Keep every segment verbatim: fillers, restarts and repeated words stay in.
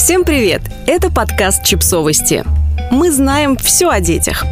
Всем привет! Это подкаст «Чипсовости». Мы знаем все о детях.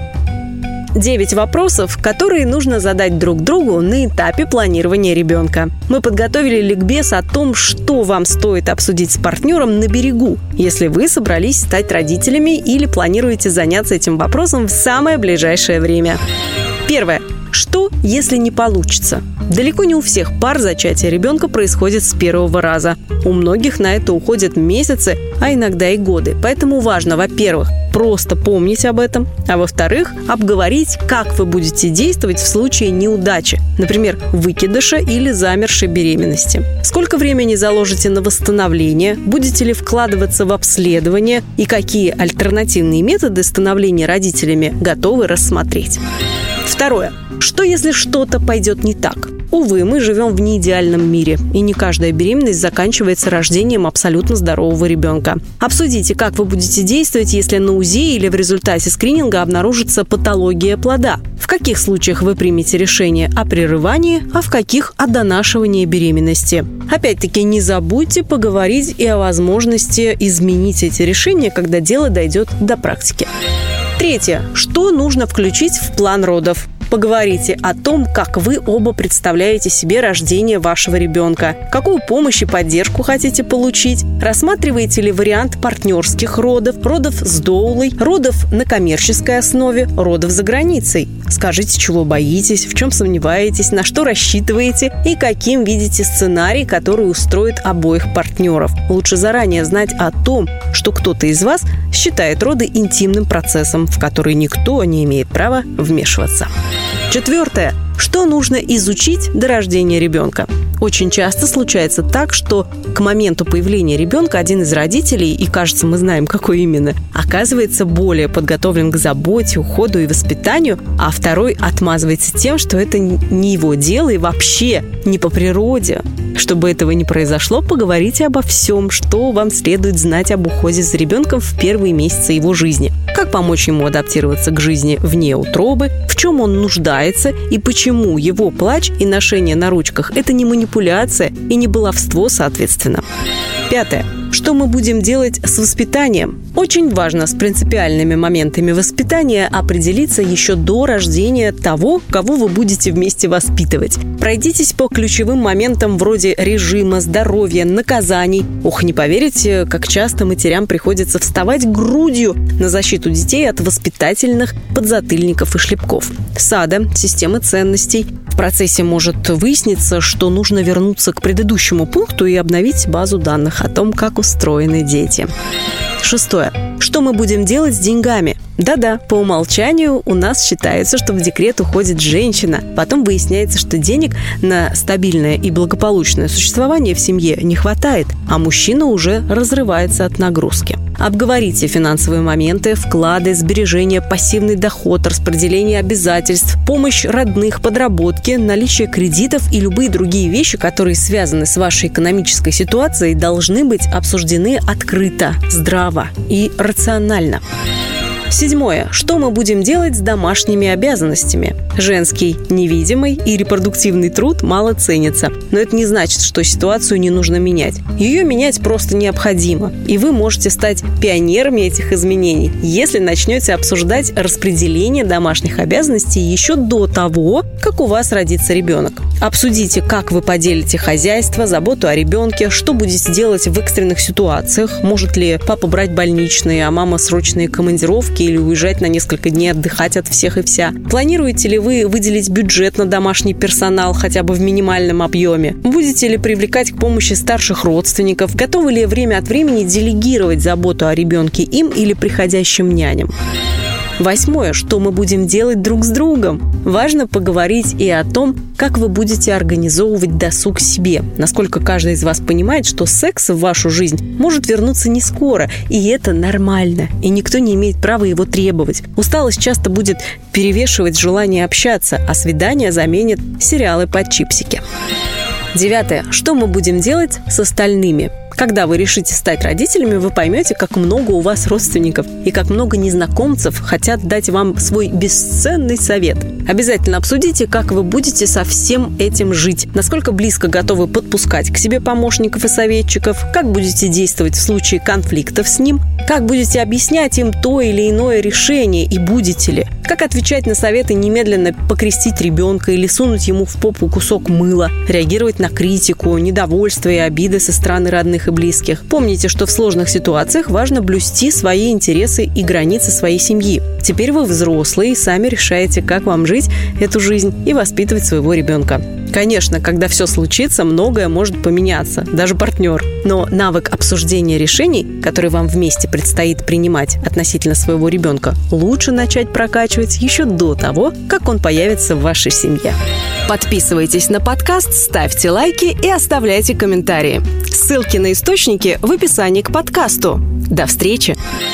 Девять вопросов, которые нужно задать друг другу на этапе планирования ребенка. Мы подготовили ликбез о том, что вам стоит обсудить с партнером на берегу, если вы собрались стать родителями или планируете заняться этим вопросом в самое ближайшее время. Первое. Что, если не получится? Далеко не у всех пар зачатие ребенка происходит с первого раза. У многих на это уходят месяцы, а иногда и годы. Поэтому важно, во-первых, просто помнить об этом, а во-вторых, обговорить, как вы будете действовать в случае неудачи, например, выкидыша или замершей беременности. Сколько времени заложите на восстановление, будете ли вкладываться в обследование и какие альтернативные методы становления родителями готовы рассмотреть. Второе. Что, если что-то пойдет не так? Увы, мы живем в неидеальном мире, и не каждая беременность заканчивается рождением абсолютно здорового ребенка. Обсудите, как вы будете действовать, если на УЗИ или в результате скрининга обнаружится патология плода. В каких случаях вы примете решение о прерывании, а в каких о донашивании беременности. Опять-таки, не забудьте поговорить и о возможности изменить эти решения, когда дело дойдет до практики. Третье. Что нужно включить в план родов? Поговорите о том, как вы оба представляете себе рождение вашего ребенка, какую помощь и поддержку хотите получить, рассматриваете ли вариант партнерских родов, родов с доулой, родов на коммерческой основе, родов за границей. Скажите, чего боитесь, в чем сомневаетесь, на что рассчитываете и каким видите сценарий, который устроит обоих партнеров. Лучше заранее знать о том, что кто-то из вас считает роды интимным процессом, в который никто не имеет права вмешиваться. Четвертое. Что нужно изучить до рождения ребенка? Очень часто случается так, что к моменту появления ребенка один из родителей, и, кажется, мы знаем, какой именно, оказывается более подготовлен к заботе, уходу и воспитанию, а второй отмазывается тем, что это не его дело и вообще не по природе. Чтобы этого не произошло, поговорите обо всем, что вам следует знать об уходе за ребенком в первые месяцы его жизни. Как помочь ему адаптироваться к жизни вне утробы, в чем он нуждается и почему его плач и ношение на ручках – это не манипуляция и не баловство, соответственно. Пятое. Что мы будем делать с воспитанием? Очень важно с принципиальными моментами воспитания определиться еще до рождения того, кого вы будете вместе воспитывать. Пройдитесь по ключевым моментам вроде режима, здоровья, наказаний. Ох, не поверите, как часто матерям приходится вставать грудью на защиту детей от воспитательных подзатыльников и шлепков. Сада, системы ценностей. В процессе может выясниться, что нужно вернуться к предыдущему пункту и обновить базу данных о том, как устроены дети. Шестое. Что мы будем делать с деньгами? Да-да, по умолчанию у нас считается, что в декрет уходит женщина. Потом выясняется, что денег на стабильное и благополучное существование в семье не хватает, а мужчина уже разрывается от нагрузки. Обговорите финансовые моменты, вклады, сбережения, пассивный доход, распределение обязательств, помощь родных, подработки, наличие кредитов и любые другие вещи, которые связаны с вашей экономической ситуацией, должны быть обсуждены открыто, здраво и рационально. Седьмое. Что мы будем делать с домашними обязанностями? Женский, невидимый и репродуктивный труд мало ценится. Но это не значит, что ситуацию не нужно менять. Ее менять просто необходимо. И вы можете стать пионерами этих изменений, если начнете обсуждать распределение домашних обязанностей еще до того, как у вас родится ребенок. Обсудите, как вы поделите хозяйство, заботу о ребенке, что будете делать в экстренных ситуациях, может ли папа брать больничные, а мама срочные командировки или уезжать на несколько дней отдыхать от всех и вся. Планируете ли вы выделить бюджет на домашний персонал хотя бы в минимальном объеме? Будете ли привлекать к помощи старших родственников? Готовы ли время от времени делегировать заботу о ребенке им или приходящим няням? Восьмое. Что мы будем делать друг с другом? Важно поговорить и о том, как вы будете организовывать досуг себе. Насколько каждый из вас понимает, что секс в вашу жизнь может вернуться не скоро, и это нормально, и никто не имеет права его требовать. Усталость часто будет перевешивать желание общаться, а свидания заменят сериалы под чипсики. Девятое. Что мы будем делать с остальными? Когда вы решите стать родителями, вы поймете, как много у вас родственников и как много незнакомцев хотят дать вам свой бесценный совет. Обязательно обсудите, как вы будете со всем этим жить, насколько близко готовы подпускать к себе помощников и советчиков, как будете действовать в случае конфликтов с ним, как будете объяснять им то или иное решение и будете ли, как отвечать на советы немедленно покрестить ребенка или сунуть ему в попу кусок мыла, реагировать на критику, недовольство и обиды со стороны родных и близких. Помните, что в сложных ситуациях важно блюсти свои интересы и границы своей семьи. Теперь вы взрослые и сами решаете, как вам жить эту жизнь и воспитывать своего ребенка. Конечно, когда все случится, многое может поменяться, даже партнер. Но навык обсуждения решений, которые вам вместе предстоит принимать относительно своего ребенка, лучше начать прокачивать еще до того, как он появится в вашей семье. Подписывайтесь на подкаст, ставьте лайки и оставляйте комментарии. Ссылки на источники в описании к подкасту. До встречи!